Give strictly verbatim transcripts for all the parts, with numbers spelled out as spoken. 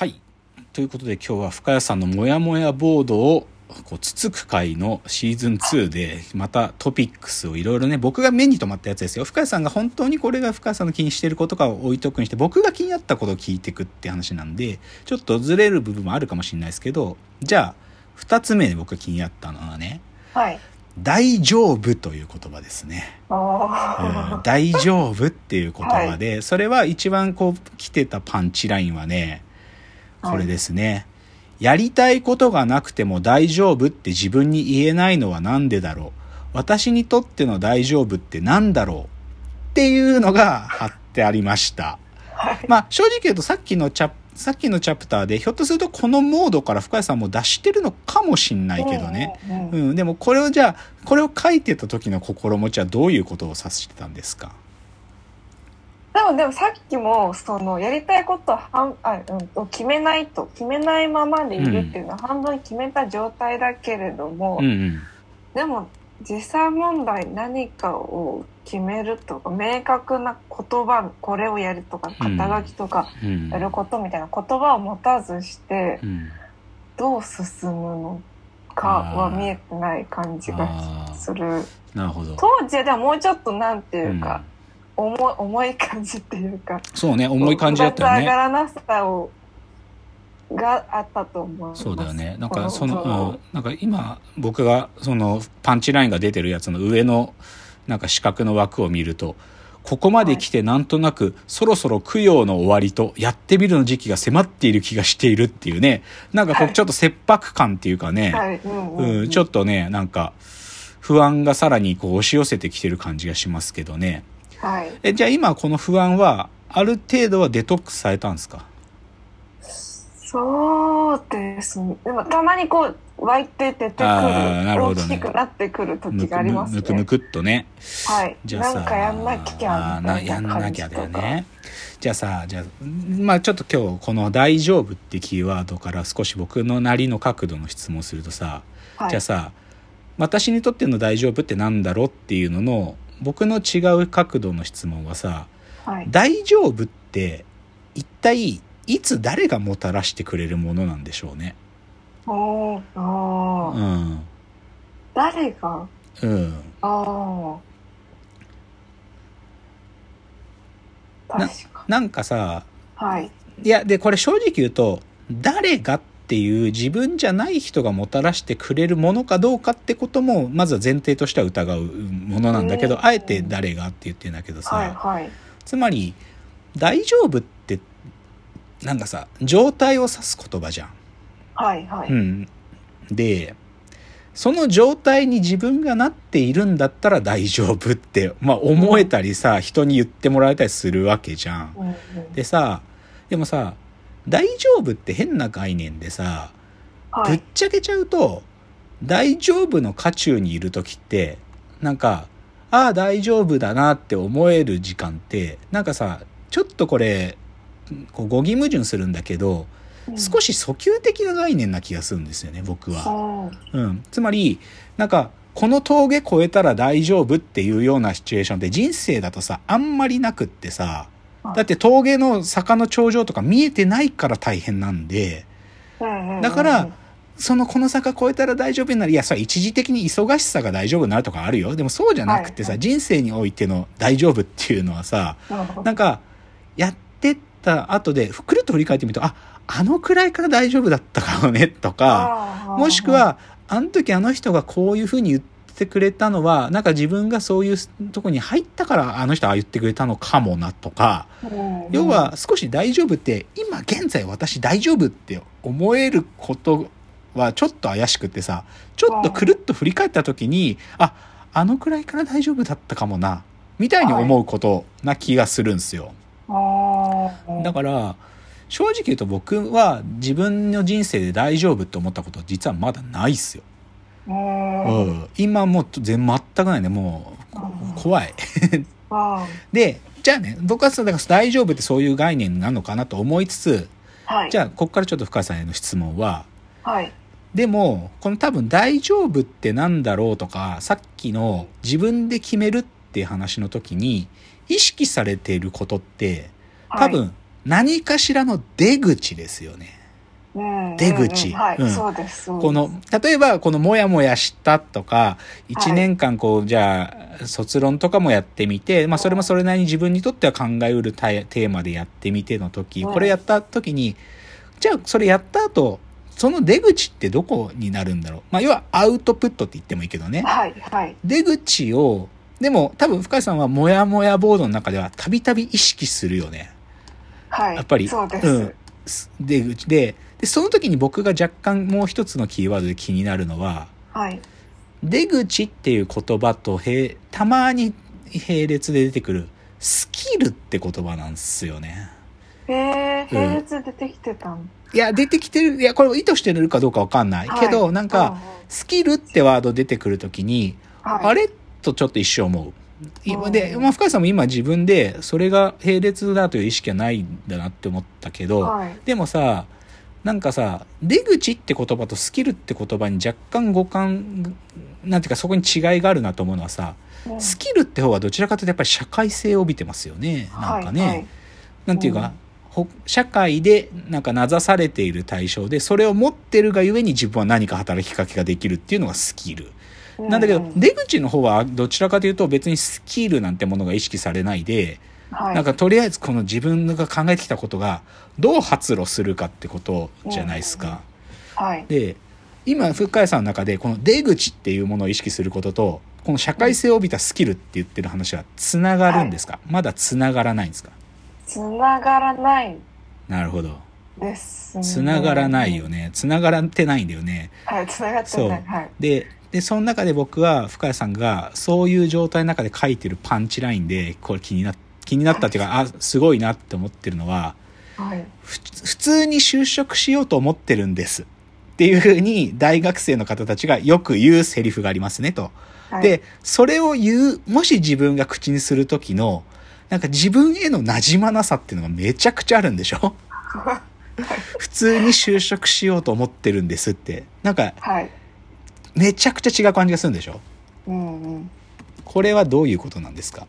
はい。ということで今日は深谷さんのもやもやボードをこうつつく会のシーズンツーでまたトピックスをいろいろね、僕が目に留まったやつですよ。深谷さんが本当にこれが深谷さんの気にしていることかを置いとくにして、僕が気になったことを聞いていくって話なんで、ちょっとずれる部分もあるかもしれないですけど、じゃあ二つ目で僕が気になったのはね、 はい、 大丈夫という言葉ですね。うん、大丈夫っていう言葉で、はい、それは一番こう来てたパンチラインはね、これですね、はい、やりたいことがなくても大丈夫って自分に言えないのはなんでだろう、私にとっての大丈夫ってなんだろうっていうのが貼ってありました、はい、まあ正直言うとさっきのチャさっきのチャプターでひょっとするとこのモードから深谷さんも出してるのかもしんないけどね、うんうんうんうん、でもこれをじゃあこれを書いてた時の心持ちはどういうことを指してたんですか？ でもでもさっきもそのやりたいことを半あ、うん、決めないと決めないままでいるっていうのは半分決めた状態だけれども、うんうん、でも実際問題何かを決めるとか明確な言葉、これをやるとか肩書きとかやることみたいな言葉を持たずしてどう進むのかは見えてない感じがする。 なるほど。 当時ではもうちょっとなんていうか、うん、重い、重い感じっていうか、 そうね、重い感じだったよね。 上がらなさをがあったと思います。 そうだよね。なんかその、うん、なんか今僕がそのパンチラインが出てるやつの上のなんか四角の枠を見ると、ここまで来てなんとなくそろそろ供養の終わりとやってみるの時期が迫っている気がしているっていうね、なんかこうちょっと切迫感っていうかね、はい、うんうんうん、ちょっとねなんか不安がさらにこう押し寄せてきてる感じがしますけどね。はい、えじゃあ今この不安はある程度はデトックスされたんですか？ そうですね。でもたまにこう湧いて出てくる、なるほどね、大きくなってくる時がありますね。 むくむくっとね。 はい。じゃあさ、なんかやんなきゃみたいな感じとか。やんなきゃだよね。 じゃあさ、じゃあまあちょっと今日この大丈夫ってキーワードから少し僕のなりの角度の質問をするとさ、はい、じゃあさ、私にとっての大丈夫ってなんだろうっていうのの僕の違う角度の質問はさ、はい、大丈夫って一体いつ誰がもたらしてくれるものなんでしょうね。 おーあー、うん、誰が、うん、あ確かな、なんかさ、はい、いやでこれ正直言うと誰がっていう自分じゃない人がもたらしてくれるものかどうかってこともまずは前提としては疑うものなんだけど、あえて誰がって言ってるんだけどさ、はいはい、つまり大丈夫ってなんかさ状態を指す言葉じゃん。はいはい。うん。で、その状態に自分がなっているんだったら大丈夫ってまあ思えたりさ、うん、人に言ってもらえたりするわけじゃん。うんうん、でさ、でもさ大丈夫って変な概念でさ、はい、ぶっちゃけちゃうと大丈夫の渦中にいる時ってなんかああ大丈夫だなって思える時間ってなんかさちょっとこれこう語義矛盾するんだけど、うん、少し訴求的な概念な気がするんですよね僕は、うん、つまりなんかこの峠越えたら大丈夫っていうようなシチュエーションって人生だとさあんまりなくってさ、だって峠の坂の頂上とか見えてないから大変なんで、だからそのこの坂越えたら大丈夫になる、いやそれは一時的に忙しさが大丈夫になるとかあるよ。でもそうじゃなくてさ、はいはい、人生においての大丈夫っていうのはさ、なんかやってった後でくるっと振り返ってみると、ああのくらいから大丈夫だったかもねとか、もしくはあの時あの人がこういうふうに言ってくれたのはなんか自分がそういうとこに入ったからあの人は言ってくれたのかもなとか、要は少し大丈夫って今現在私大丈夫って思えることはちょっと怪しくってさ、ちょっとくるっと振り返った時にああのくらいから大丈夫だったかもなみたいに思うことな気がするんですよ。だから正直言うと僕は自分の人生で大丈夫って思ったことは実はまだないっすよ。うん、今もう全全くないね。もう怖いでじゃあね、僕はだから大丈夫ってそういう概念なのかなと思いつつ、はい、じゃあここからちょっと深谷さんへの質問は、はい、でもこの多分大丈夫ってなんだろうとかさっきの自分で決めるっていう話の時に意識されていることって多分何かしらの出口ですよね。 うん、 出口。 うんうん、はい、うん、そうです。 この、例えば、このもやもやしたとか、一年間こう、はい、じゃあ、卒論とかもやってみて、まあ、それもそれなりに自分にとっては考えうるテーマでやってみての時、これやった時に、じゃあ、それやった後、その出口ってどこになるんだろう。まあ、要はアウトプットって言ってもいいけどね。 はい、はい。 出口を、でも、多分、深井さんはもやもやボードの中では、たびたび意識するよね。 はい。 やっぱり、 そうです。 うん。出口で、で、その時に僕が若干もう一つのキーワードで気になるのは、 はい、 出口っていう言葉とへたまに並列で出てくるスキルって言葉なんですよね。 へえ、並列出てきてたん、うん、 いや、出てきてる、いや、これ意図してるかどうかわかんない、はい、けど、なんか、うん、スキルってワード出てくる時に、はい、あれとちょっと一瞬思う。今で、まあ、深井さんも今自分でそれが並列だという意識はないんだなって思ったけど、はい、でもさ、なんかさ、出口って言葉とスキルって言葉に若干互換、なんていうかそこに違いがあるなと思うのはさ、うん、スキルって方はどちらかというとやっぱり社会性を帯びてますよね。なんかね。はいはい、なんていうか、うん、社会でなんか名指されている対象で、それを持ってるがゆえに自分は何か働きかけができるっていうのがスキル。うん、なんだけど、出口の方はどちらかというと別にスキルなんてものが意識されないで、はい、なんかとりあえずこの自分が考えてきたことがどう発露するかってことじゃないですか。 うんはい、 で、今深谷さんの中でこの出口っていうものを意識することとこの社会性を帯びたスキルって言ってる話はつながるんですか、はい、まだつながらないんですか？ つながらない。 なるほど。 ですね。 つながらないよね。つながってないんだよね。 はい、つながってない。はい。 で、で、その中で僕は深谷さんがそういう状態の中で書いてるパンチラインでこれ気になって気になったっていうか、あ、すごいなって思ってるのは、はい、普通に就職しようと思ってるんですっていうふうに大学生の方たちがよく言うセリフがありますねと。はい、で、それを言う、もし自分が口にする時の、なんか自分への馴染まなさっていうのがめちゃくちゃあるんでしょ普通に就職しようと思ってるんですって。なんか、はい、めちゃくちゃ違う感じがするんでしょ、 うんうん、 これはどういうことなんですか？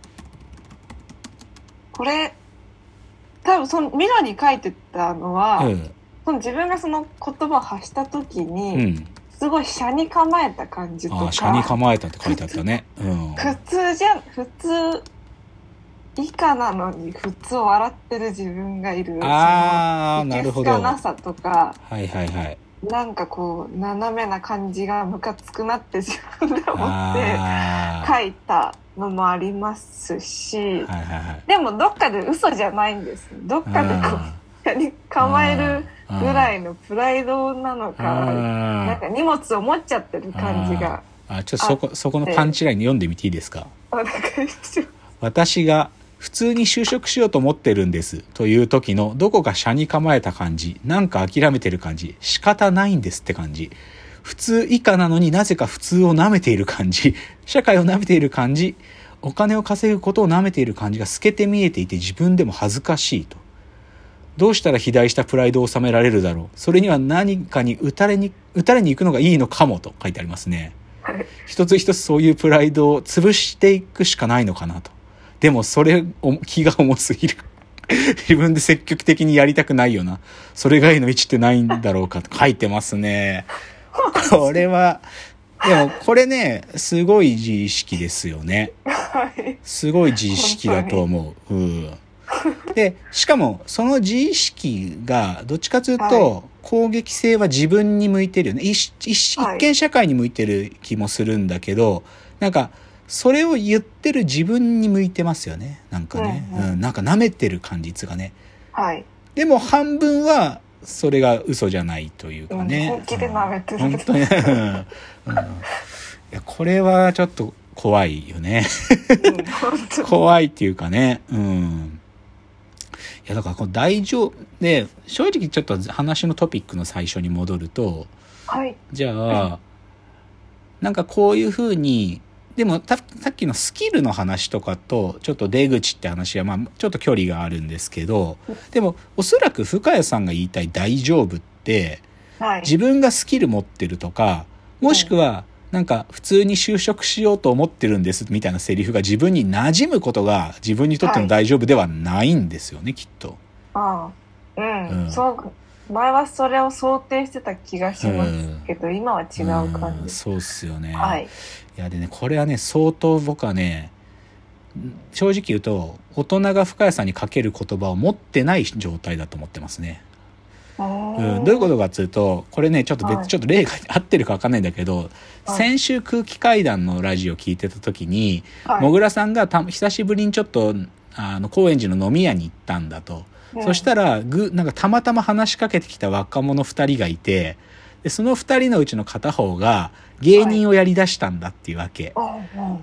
これ多分そのミロに書いてたのは、うん、その自分がその言葉を発した時に、うん、すごい斜に構えた感じとか、 あ、斜に構えたって書いてあったね、うん、 普通じゃ普通以下なのに普通を笑ってる自分がいる、 ああ、なるほど、 いけすかなさとか、 はいはいはい、 なんかこう斜めな感じがムカつくなって自分で思って書いたのもありますし、はいはいはい、でもどっかで嘘じゃないんです。どっかでこうやり構えるぐらいのプライドなのか、なんか荷物を持っちゃってる感じがあ、 あ、ちょっとそこそこのパンチライン読んでみていいですか？お願いします。私が普通に就職しようと思ってるんですという時のどこか斜に構えた感じ、なんか諦めてる感じ、仕方ないんですって感じ、普通以下なのになぜか普通を舐めている感じ、社会を舐めている感じ、お金を稼ぐことを舐めている感じが透けて見えていて自分でも恥ずかしいと。どうしたら肥大したプライドを収められるだろう。それには何かに打たれに、打たれに行くのがいいのかもと書いてありますね。一つ一つそういうプライドを潰していくしかないのかなと。でもそれ気が重すぎる。自分で積極的にやりたくないよな。それ以外の道ってないんだろうかと書いてますね。これは、でもこれね、すごい自意識ですよね。すごい自意識だと思う。うん、で、しかもその自意識がどっちかというと攻撃性は自分に向いてるよね。一, 一, 一見社会に向いてる気もするんだけど、なんかそれを言ってる自分に向いてますよね。なんかね、うんうんうん、なんか舐めてる感じがね。 はい。 でも半分はそれが嘘じゃないというかね。 うん、本気で舐めてる。 本当に、うん、いやこれはちょっと怖いよね。うん、怖いっていうかね。うん。いやだからこの大丈夫で、正直ちょっと話のトピックの最初に戻ると、 はい。 じゃあ、うん、なんかこういうふうに。でもたさっきのスキルの話とかとちょっと出口って話はまあちょっと距離があるんですけど、でもおそらく深谷さんが言いたい大丈夫って、はい、自分がスキル持ってるとか、もしくはなんか普通に就職しようと思ってるんですみたいなセリフが自分に馴染むことが自分にとっての大丈夫ではないんですよね、はい、きっと。 ああ、うん、うん、そう前はそれを想定してた気がしますけど、うん、今は違う感じ、うん、 そうっすよね、 はい、 いやでねこれはね相当僕はね正直言うと大人が深谷さんにかける言葉を持ってない状態だと思ってますね。うん、どういうことかっていうとこれねちょっと別、はい、ちょっと例が合ってるか分かんないんだけど、はい、先週空気階段のラジオ聞いてた時に、はい、もぐらさんがた久しぶりにちょっとあの高円寺の飲み屋に行ったんだと、うん、そしたらぐなんかたまたま話しかけてきた若者ふたりがいて、でそのふたりのうちの片方が芸人をやりだしたんだっていうわけ、はい、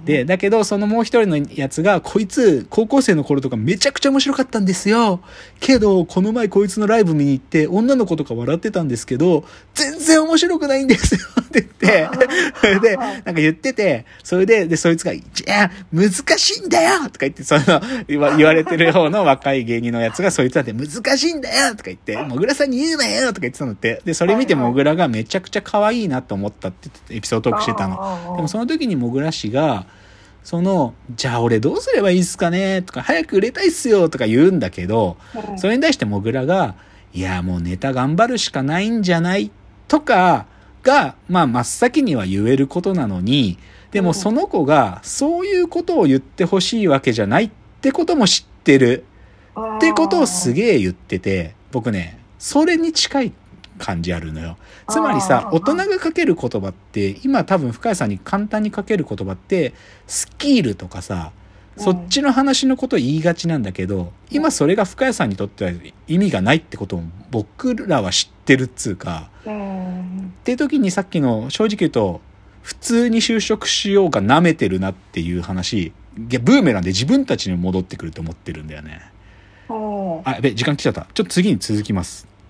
でだけどそのもう一人のやつがこいつ高校生の頃とかめちゃくちゃ面白かったんですよけどこの前こいつのライブ見に行って女の子とか笑ってたんですけど全然面白くないんですよって言ってでなんか言っててそれででそいつがいや難しいんだよとか言ってその言われてる方の若い芸人のやつがそいつだって難しいんだよとか言ってもぐらさんに言うなよとか言ってたのって、でそれ見てもぐらがめちゃくちゃ可愛いなと思ったってエピソードトークしてたの。でもその時にもぐら氏がそのじゃあ俺どうすればいいっすかねとか早く売れたいっすよとか言うんだけど、それに対してもぐらがいやもうネタ頑張るしかないんじゃないとかがまあ真っ先には言えることなのに、でもその子がそういうことを言ってほしいわけじゃないってことも知ってるってことをすげえ言ってて、僕ねそれに近い感じあるのよ。つまりさ大人がかける言葉って今多分深谷さんに簡単にかける言葉ってスキルとかさそっちの話のことを言いがちなんだけど、今それが深谷さんにとっては意味がないってことを僕らは知ってるっつうか、っていう時にさっきの正直言うと普通に就職しようが舐めてるなっていう話ブーメランで自分たちに戻ってくると思ってるんだよね。あやべ時間来ちゃった。ちょっと次に続きます。